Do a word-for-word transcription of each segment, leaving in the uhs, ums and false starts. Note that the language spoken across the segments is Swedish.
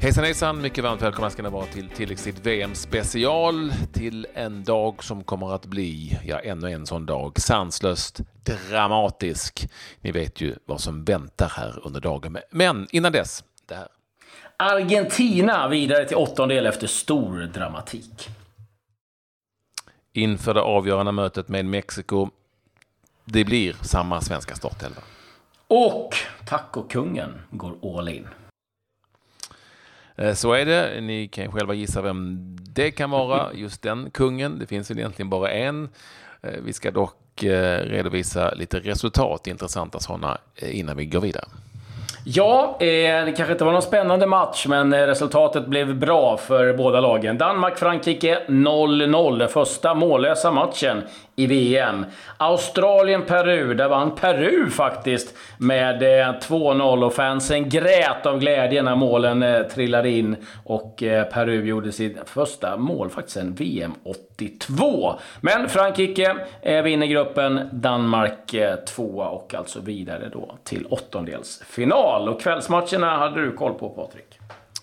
Hejsan hejsan, mycket varmt välkomna ska ni vara till tilläggstid V M-special till en dag som kommer att bli, ja ännu en sån dag, sanslöst dramatisk. Ni vet ju vad som väntar här under dagen. Men innan dess, det här. Argentina vidare till åttondel efter stor dramatik. Inför det avgörande mötet med Mexiko, det blir samma svenska startelva. Och taco-kungen går all in. Så är det. Ni kan själva gissa vem det kan vara, just den kungen. Det finns väl egentligen bara en. Vi ska dock redovisa lite resultat, intressanta sådana, innan vi går vidare. Ja, det kanske inte var någon spännande match, men resultatet blev bra för båda lagen. Danmark-Frankrike noll noll, den första mållösa matchen i V M. Australien-Peru, där vann Peru faktiskt med två noll och fansen grät av glädje när målen trillade in och Peru gjorde sitt första mål faktiskt en V M åttiotvå. Men Frankrike vinner gruppen, Danmark tvåa och alltså vidare då till åttondelsfinal. Och kvällsmatcherna hade du koll på, Patrik?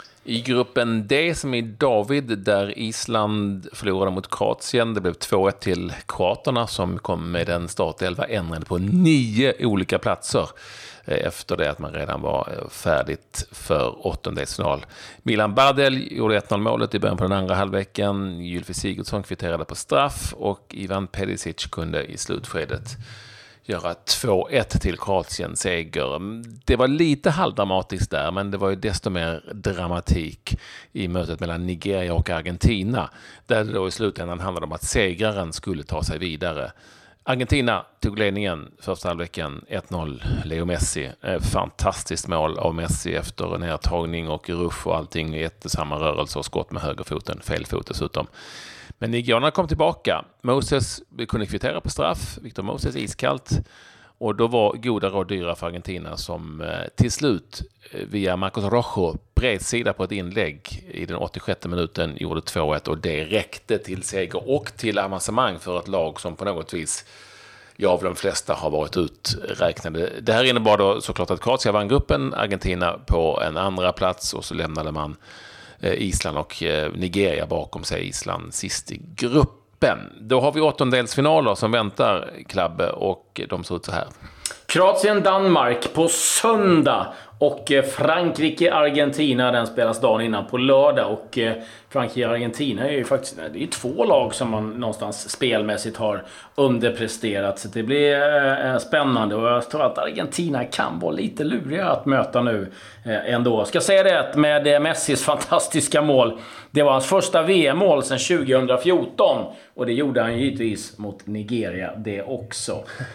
I gruppen D som i David, där Island förlorade mot Kroatien. Det blev två ett till kroaterna som kom med en startelva ändrad på nio olika platser efter det att man redan var färdigt för åttondelsfinal. Milan Bardel gjorde ett noll målet i början på den andra halvleken. Gylfi Sigurdsson kvitterade på straff och Ivan Perisic kunde i slutskedet göra två ett till Kroatien seger. Det var lite halvdramatiskt där, men det var ju desto mer dramatik i mötet mellan Nigeria och Argentina, där det då i slutändan handlade om att segraren skulle ta sig vidare. Argentina tog ledningen första halvleken ett noll. Leo Messi, fantastiskt mål av Messi efter en nedtagning och ruff och allting i ett samma rörelse och skott med högerfoten, fel fot dessutom. Men nigerianerna kom tillbaka. Moses kunde kvittera på straff. Victor Moses iskallt. Och då var goda råd dyra för Argentina som till slut via Marcos Rojo bredsida på ett inlägg i den åttiosjätte minuten gjorde två ett och det räckte till seger och till avancemang för ett lag som på något vis, ja, av de flesta har varit uträknade. Det här innebar då såklart att Kroatien vann gruppen, Argentina på en andra plats och så lämnade man Island och Nigeria bakom sig, Island sist i gruppen. Då har vi åttondelsfinaler som väntar, Klabbe, och de ser ut så här. Kroatien-Danmark på söndag och Frankrike-Argentina, den spelas dagen innan på lördag. Och Frankrike-Argentina är ju faktiskt, det är två lag som man någonstans spelmässigt har underpresterat, så det blir spännande och jag tror att Argentina kan vara lite luriga att möta nu ändå. Ska säga det att med Messis fantastiska mål, det var hans första V M-mål sedan tjugohundrafjorton och det gjorde han givetvis mot Nigeria det också.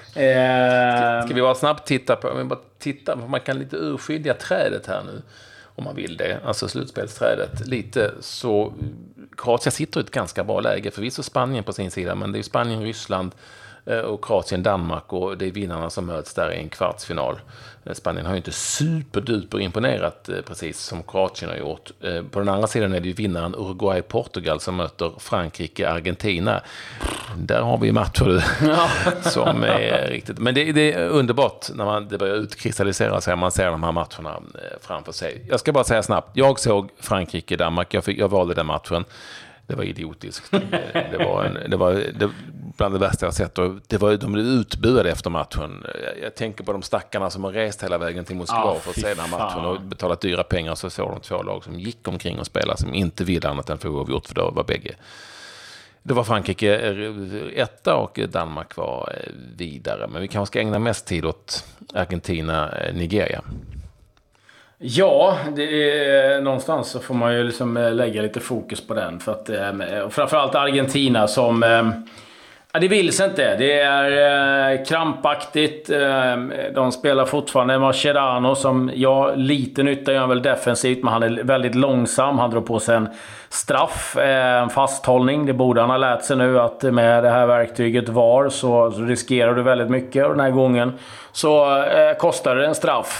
Ska, ska vi bara snabbt titta på, bara titta, man kan lite urskilja trädet här nu om man vill det, alltså slutspelsträdet lite, så Kroatien sitter i ett ganska bra läge, förvisso Spanien på sin sida, men det är Spanien, Ryssland och Kroatien, Danmark, och det är vinnarna som möts där i en kvartsfinal. Spanien har ju inte superduper imponerat precis som Kroatien har gjort. På den andra sidan är det ju vinnaren Uruguay, Portugal som möter Frankrike, Argentina. Där har vi matcher ja. som är riktigt, men det, det är underbart när man, det börjar utkristallisera sig, man ser de här matcherna framför sig. Jag ska bara säga snabbt, jag såg Frankrike, Danmark, jag, fick, jag valde den matchen. Det var idiotiskt. Det var, en, det var det, bland det värsta jag sett. Och det var, de blev utbuade efter matchen. Jag, jag tänker på de stackarna som har rest hela vägen till Moskva oh, för att se den här matchen och betalat dyra pengar. Så såg de två lag som gick omkring och spelade som inte ville annat än för oavgjort, för då var bägge. Det var Frankrike etta och Danmark var vidare. Men vi kanske ska ägna mest tid åt Argentina, Nigeria. Ja, det är, någonstans så får man ju liksom lägga lite fokus på den. För att, framförallt Argentina som... Ja, det vill sig inte. Det är krampaktigt. De spelar fortfarande Mascherano som, ja, lite nytta gör väl defensivt, men han är väldigt långsam. Han drar på sig en straff, en fasthållning. Det borde han ha lärt sig nu, att med det här verktyget V A R så riskerar du väldigt mycket, och den här gången så kostar det en straff.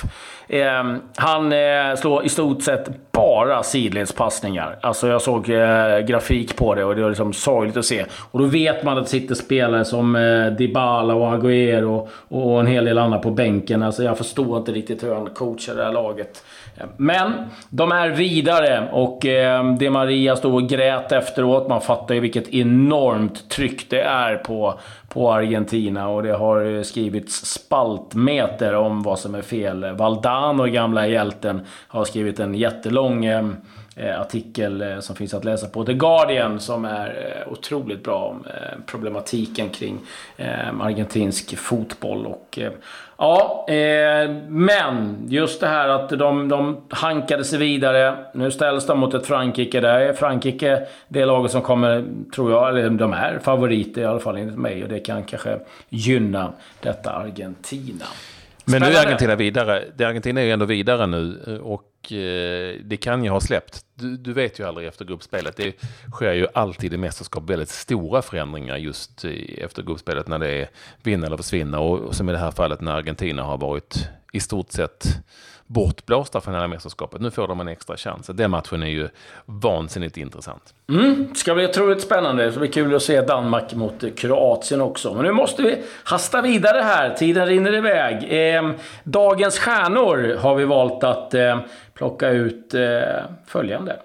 Eh, han eh, slår i stort sett bara sidledspassningar. Alltså jag såg eh, grafik på det och det var liksom sorgligt att se. Och då vet man att det sitter spelare som eh, Dybala och Agüero och, och en hel del andra på bänken. Alltså jag förstår inte riktigt hur han coachar det här laget. Men de är vidare och eh, Di Maria stod och grät efteråt. Man fattar ju vilket enormt tryck det är på, på Argentina och det har skrivits spaltmeter om vad som är fel. Valdano, gamla hjälten, har skrivit en jättelång eh, artikel eh, som finns att läsa på The Guardian som är eh, otroligt bra om eh, problematiken kring eh, argentinsk fotboll och eh, ja, eh, men just det här att de, de hankade sig vidare. Nu ställs de mot ett Frankrike. Där är Frankrike det laget som kommer, tror jag, eller de är favoriter i alla fall enligt mig. Och det kan kanske gynna detta Argentina. Men nu är Argentina vidare. Det Argentina är ju ändå vidare nu och eh, det kan ju ha släppt. Du, du vet ju aldrig efter gruppspelet. Det sker ju alltid i mästerskap väldigt stora förändringar just i, efter gruppspelet när det är vinna eller försvinna. Och, och som i det här fallet när Argentina har varit i stort sett bortblåsta från hela mästerskapet. Nu får de en extra chans. Den matchen är ju vansinnigt intressant. Mm, ska bli otroligt spännande. Det blir kul att se Danmark mot Kroatien också. Men nu måste vi hasta vidare här. Tiden rinner iväg. Eh, dagens stjärnor har vi valt att eh, plocka ut eh, följande.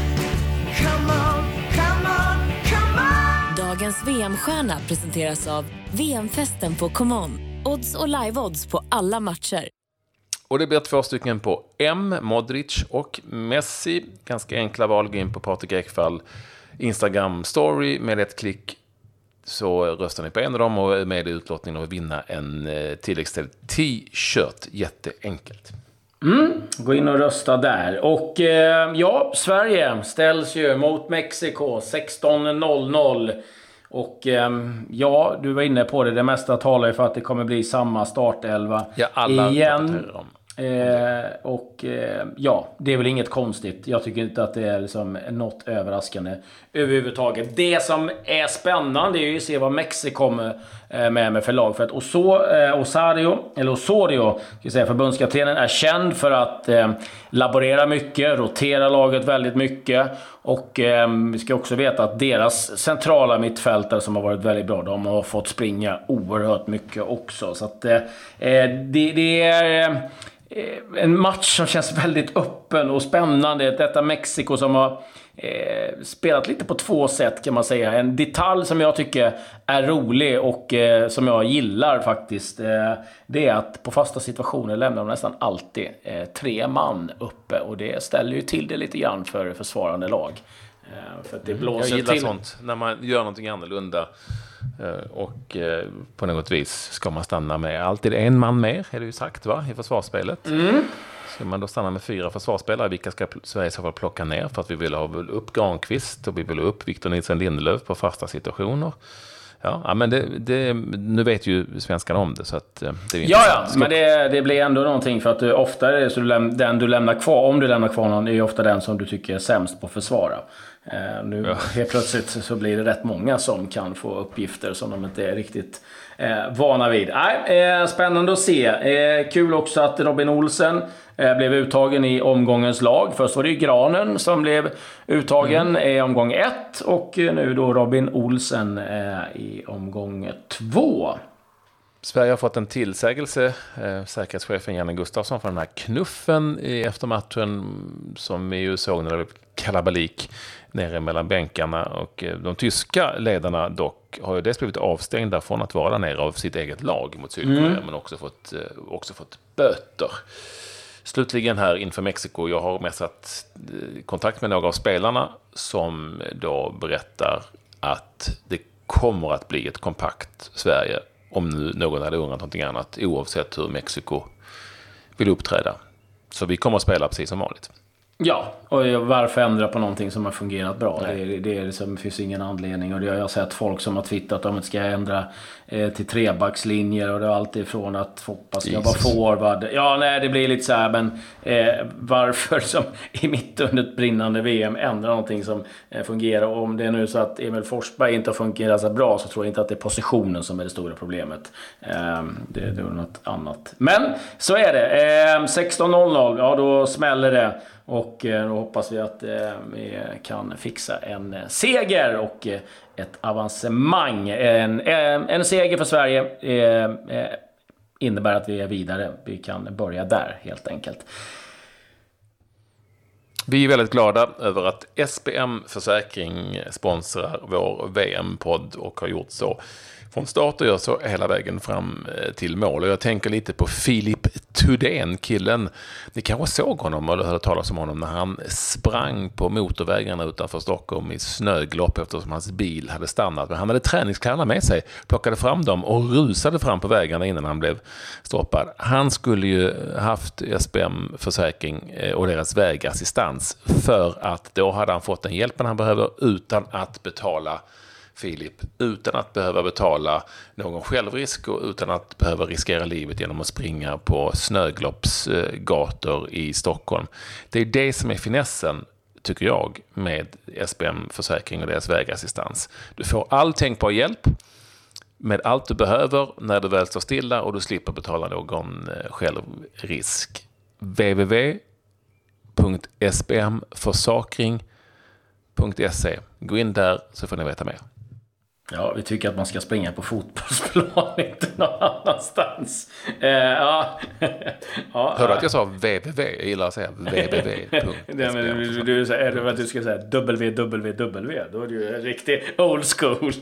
Come on, come on, come on. Dagens V M-stjärna presenteras av V M-festen på Common. Odds och live-odds på alla matcher. Och det blir två stycken på M, Modric och Messi. Ganska enkla val. Gå in på Patrik Ekvall Instagram story med ett klick så röstar ni på en av dem och med utlottningen att vinna en tilläggställd t-shirt. Jätteenkelt. Mm, gå in och rösta där. Och eh, ja, Sverige ställs ju mot Mexiko sexton noll noll. Och eh, ja, du var inne på det. Det mesta talar ju för att det kommer bli samma startelva ja, alla igen. Eh, och eh, ja, det är väl inget konstigt. Jag tycker inte att det är liksom något överraskande överhuvudtaget. Det som är spännande är ju att se vad Mexiko kommer eh, med med för lag. För att Oso, eh, Osario, eller Osorio, ska jag säga, förbundskaptenen, är känd för att eh, laborera mycket, rotera laget väldigt mycket. Och eh, vi ska också veta att deras centrala mittfältare som har varit väldigt bra, de har fått springa oerhört mycket också. Så att eh, det, det är... Eh, en match som känns väldigt öppen och spännande. Detta Mexiko som har eh, spelat lite på två sätt kan man säga. En detalj som jag tycker är rolig och eh, som jag gillar faktiskt. Eh, det är att på fasta situationer lämnar de nästan alltid eh, tre man uppe. Och det ställer ju till det lite grann för försvarande lag. Eh, för att det blåser jag gillar till. Sånt när man gör någonting annorlunda. Och eh, på något vis ska man stanna med alltid en man mer, är det ju sagt va, i försvarsspelet. Mm. Ska man då stanna med fyra försvarsspelare, vilka ska Sverige så fall plocka ner för att vi vill ha upp Granqvist och vi vill ha upp Victor Nilsson Lindelöf på fasta situationer. Ja, ja men det, det, nu vet ju svenskarna om det så att det är ja, ja, men det, det blir ändå någonting för att du, ofta är det så du läm, den du lämnar kvar, om du lämnar kvar någon, är ju ofta den som du tycker är sämst på att försvara. Eh, nu ja. Helt plötsligt så blir det rätt många som kan få uppgifter som de inte är riktigt eh, vana vid. Nej, eh, spännande att se. Eh, kul också att Robin Olsen eh, blev uttagen i omgångens lag. Först var det ju Granen som blev uttagen mm. i omgång ett och nu då Robin Olsen eh, i omgång två. Sverige har fått en tillsägelse, eh, säkerhetschefen Janne Gustafsson, för den här knuffen i eftermatchen som vi ju såg när det blev kalabalik nere mellan bänkarna. Och eh, de tyska ledarna dock har ju dels blivit avstängda från att vara där nere av sitt eget lag mot Sydkorea, mm. men också fått, eh, också fått böter. Slutligen här inför Mexiko, jag har messat eh, kontakt med några av spelarna som då berättar att det kommer att bli ett kompakt Sverige om nu någon hade undrat någonting annat, oavsett hur Mexiko vill uppträda. Så vi kommer att spela precis som vanligt. Ja, och varför ändra på någonting som har fungerat bra? Nej. Det, det, är liksom, det finns ingen anledning. Och det har jag sett folk som har twittrat om att ska ändra eh, till trebackslinjer. Och det är alltid från att Foppa ska vara forward. Ja, nej, det blir lite så här. Men eh, varför som i mitt under ett brinnande V M ändra någonting som eh, fungerar? Och om det är nu så att Emil Forsberg inte har fungerat så bra, så tror jag inte att det är positionen som är det stora problemet. Eh, det, det är något annat. Men så är det. Eh, sexton noll noll, ja då smäller det. Och eh, då hoppas vi att eh, vi kan fixa en seger och eh, ett avancemang. En, en, en seger för Sverige eh, eh, innebär att vi är vidare. Vi kan börja där helt enkelt. Vi är väldigt glada över att S B M Försäkring sponsrar vår V M-podd och har gjort så från start och gör så hela vägen fram till mål. Och jag tänker lite på Filip Thudén, killen. Ni kanske såg honom eller hörde talas om honom när han sprang på motorvägarna utanför Stockholm i snöglopp eftersom hans bil hade stannat. Men han hade träningskläderna med sig, plockade fram dem och rusade fram på vägarna innan han blev stoppad. Han skulle ju haft S B M Försäkring och deras vägassistans, för att då hade han fått den hjälpen han behöver utan att betala Filip, utan att behöva betala någon självrisk och utan att behöva riskera livet genom att springa på snögloppsgator i Stockholm. Det är det som är finessen, tycker jag, med S B M Försäkring och deras vägassistans. Du får all tänkbar hjälp med allt du behöver när du väl står stilla och du slipper betala någon självrisk. w w w punkt s b m försakring punkt se. Gå in där så får ni veta mer. Ja, vi tycker att man ska springa på fotbollsplan, inte någon annanstans. Eh, ja. ja, Hörde att jag sa www? Jag gillar att säga www. Det, men, du, du, du, är det att du ska säga www, då är det ju riktigt old school.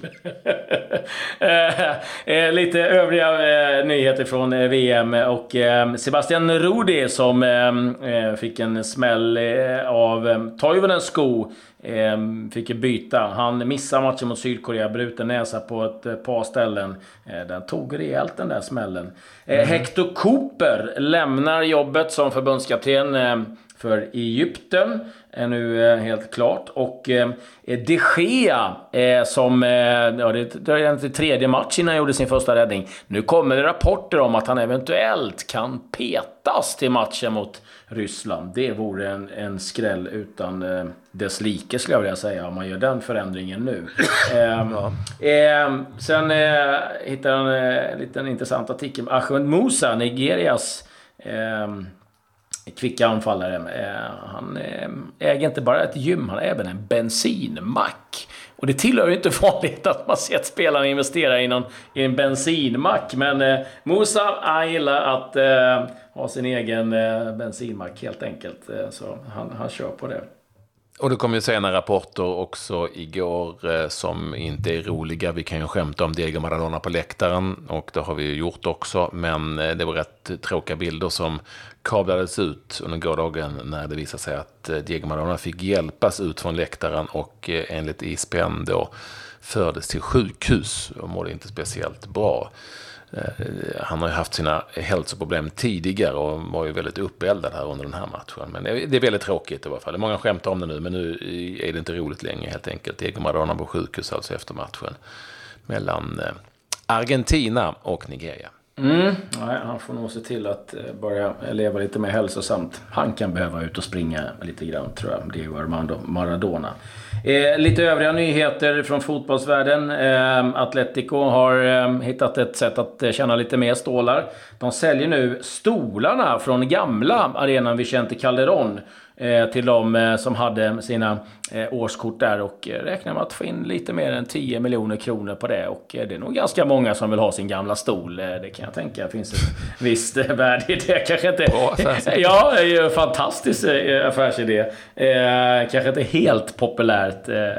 eh, lite övriga eh, nyheter från eh, V M och eh, Sebastian Rudi som eh, fick en smäll eh, av eh, Toivonens sko. Eh, fick byta. Han missade matchen mot Sydkorea, bruten näsa på ett eh, par ställen. Eh, den tog rejält, den där smällen. Eh, mm. Hector Cooper lämnar jobbet som förbundskapten eh, för Egypten. Är nu eh, helt klart. Och eh, De Gea eh, som eh, ja, det, det är den tredje matchen innan han gjorde sin första räddning. Nu kommer det rapporter om att han eventuellt kan petas till matchen mot Ryssland. Det vore en, en skräll utan eh, dess like, skulle jag vilja säga, om man gör den förändringen nu. eh, ja. eh, sen eh, hittar han eh, en liten intressant artikel med Ahmed Musa, Nigerias eh, kvicka anfallare. Eh, han eh, äger inte bara ett gym, han är även en bensinmack. Och det tillhör ju inte vanligt att man ser att spelarna investera i, någon, i en bensinmack. Men eh, Musa, han gillar att eh, ha sin egen eh, bensinmack helt enkelt. Eh, så han, han kör på det. Och det kom ju sena rapporter också igår eh, som inte är roliga. Vi kan ju skämta om Diego Maradona på läktaren och det har vi ju gjort också. Men eh, det var rätt tråkiga bilder som kablades ut under gårdagen när det visade sig att eh, Diego Maradona fick hjälpas ut från läktaren och eh, enligt I S P N då fördes till sjukhus och mådde inte speciellt bra. Han har ju haft sina hälsoproblem tidigare och var ju väldigt uppeldad här under den här matchen. Men det är väldigt tråkigt i alla fall. Många skämtar om det nu, men nu är det inte roligt längre helt enkelt. Diego Maradona på sjukhus alltså efter matchen mellan Argentina och Nigeria. Mm. Nej, han får nog se till att börja leva lite mer hälsosamt. Han kan behöva ut och springa lite grann, tror jag. Det är Armando Maradona. Eh, lite övriga nyheter från fotbollsvärlden. Eh, Atletico har eh, hittat ett sätt att eh, tjäna lite mer stålar. De säljer nu stolarna från gamla arenan Vicente Calderón eh, till de eh, som hade sina eh, årskort där och eh, räknar med att få in lite mer än tio miljoner kronor på det. Och eh, det är nog ganska många som vill ha sin gamla stol. Eh, det kan jag tänka. Det finns ett visst eh, värde i det. Kanske inte... Bra affärsidé. Ja, det är en fantastisk eh, affärsidé. Eh, kanske inte helt populärt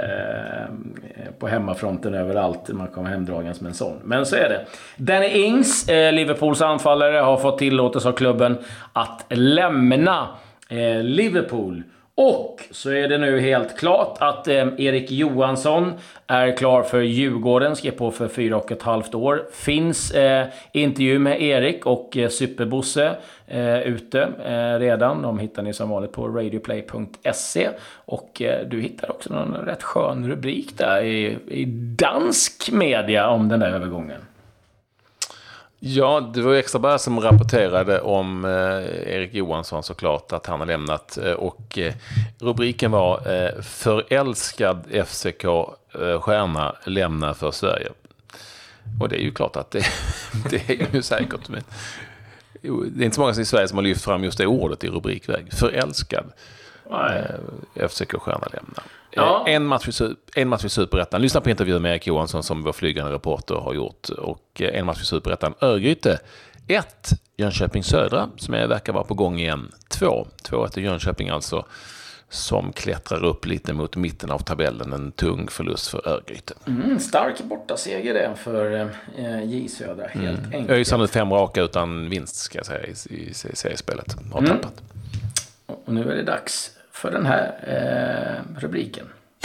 på hemmafronten överallt. Man kommer hemdragans med en sån. Men så är det. Danny Ings, Liverpools anfallare, har fått tillåtelse av klubben att lämna Liverpool Och så är det nu helt klart att eh, Erik Johansson är klar för Djurgården, skrev på för fyra och ett halvt år. Finns eh, intervju med Erik och eh, Superbosse eh, ute eh, redan. De hittar ni som vanligt på radioplay punkt se. Och eh, du hittar också någon rätt skön rubrik där i, i dansk media om den där övergången. Ja, det var ju Extrablad som rapporterade om eh, Erik Johansson såklart, att han har lämnat. Eh, och eh, rubriken var eh, förälskad F C K-stjärna eh, lämnar för Sverige. Och det är ju klart att det, det är ju säkert. Men, det är inte så många i Sverige som har lyft fram just det ordet i rubrikväg. Förälskad eh, F C K-stjärna lämnar. Ja. En match i, en match i Superettan. Lyssna på intervjun med Erik Johansson som vår flygande reporter har gjort. Och en match i Superettan. Örgryte ett, Jönköping Södra som är, verkar vara på gång igen. två, två ett Jönköping alltså, som klättrar upp lite mot mitten av tabellen. En tung förlust för Örgryte. Mm, stark borta seger det för eh, J Södra, helt mm. enkelt. ÖIS har fem raka utan vinst, ska jag säga, i, i, i seriespelet. Har mm. tappat. Och nu är det dags för den här eh, rubriken.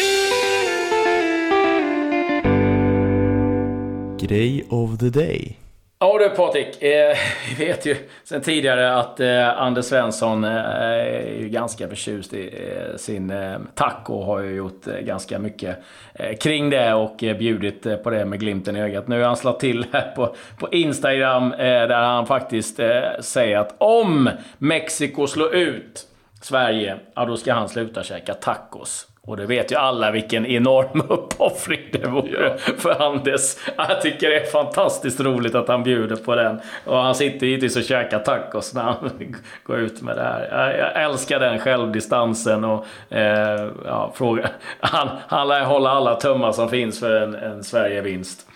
Grej of the day. Ja du Patrik, eh, vi vet ju sen tidigare att eh, Anders Svensson eh, är ju ganska förtjust i eh, sin eh, taco och har ju gjort eh, ganska mycket eh, kring det och eh, bjudit eh, på det med glimten i ögat. Nu har han slagit till här på, på Instagram eh, där han faktiskt eh, säger att om Mexiko slår ut Sverige, ja då ska han sluta käka tacos. Och det vet ju alla vilken enorm uppoffring det vore ja. för Anders. Jag tycker det är fantastiskt roligt att han bjuder på den. Och han sitter givetvis och käkar tacos när han går ut med det här. Jag, jag älskar den självdistansen. Och, eh, ja, fråga. Han, han lär hålla alla tummar som finns för en, en Sverige-vinst.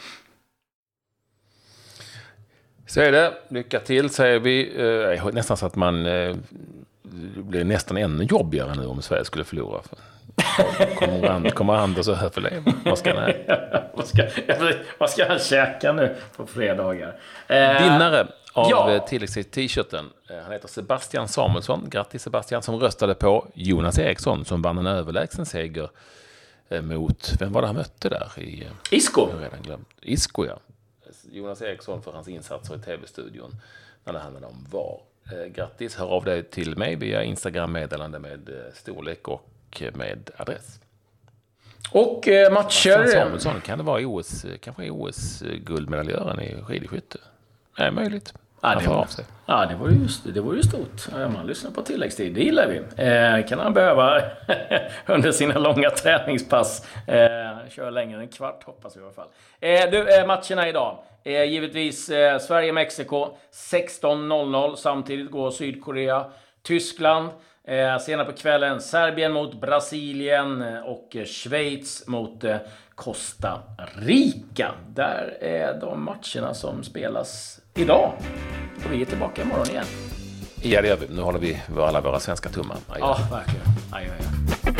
Så är det. Lycka till, säger vi. Eh, nästan så att man... Eh, det blir nästan ännu jobbigare nu om Sverige skulle förlora. Kommer, and, kommer Anders att överleva? Vad ska han vad, ska, vad ska han käka nu på fredagar? Eh, Vinnare av ja. tilläggs-t-shirten. Han heter Sebastian Samuelsson. Grattis Sebastian, som röstade på Jonas Eriksson som vann en överlägsen seger mot, vem var det han mötte där? I, Isko. Jag redan glömt. Isko, ja. Jonas Eriksson för hans insatser i tv-studion när det handlade om var. Eh, grattis, hör av dig till mig via Instagram-meddelande med eh, storlek och med adress. Och eh, matcher... Samuelsson, kan det vara O S, kanske O S-guldmedaljören i skidskytte? Det är möjligt. Ja, det var, ja, det var ju just, det var ju stort. Man lyssnar på tilläggstid, det gillar vi. Eh, kan han behöva under sina långa träningspass eh, köra längre än en kvart, hoppas vi i alla fall. Eh, du, eh, matcherna idag. Eh, givetvis eh, Sverige-Mexiko sexton noll noll. Samtidigt går Sydkorea, Tyskland. Eh, senare på kvällen Serbien mot Brasilien och eh, Schweiz mot eh, Costa Rica. Där är de matcherna som spelas idag. Och vi är tillbaka imorgon igen. Ja, det gör vi. Nu håller vi alla våra svenska tummar. Aj, ja, verkligen. Aj, aj, aj.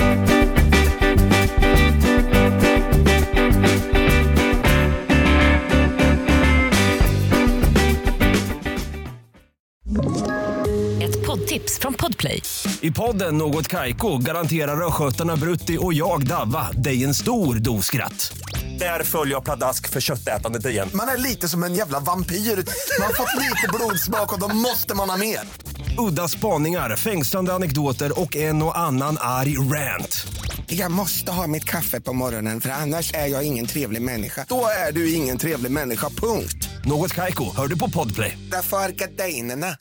Ett poddtips från Podplay. I podden Något Kaiko garanterar röskötarna Brutti och jag Davva dig en stor doskratt. Där följer jag pladask för köttätandet igen. Man är lite som en jävla vampyr. Man har fått lite blodsmak och då måste man ha mer. Udda spaningar, fängslande anekdoter och en och annan arg rant. Jag måste ha mitt kaffe på morgonen för annars är jag ingen trevlig människa. Då är du ingen trevlig människa, punkt. Något Kaiko, hör du på Podplay. Därför är gardinerna.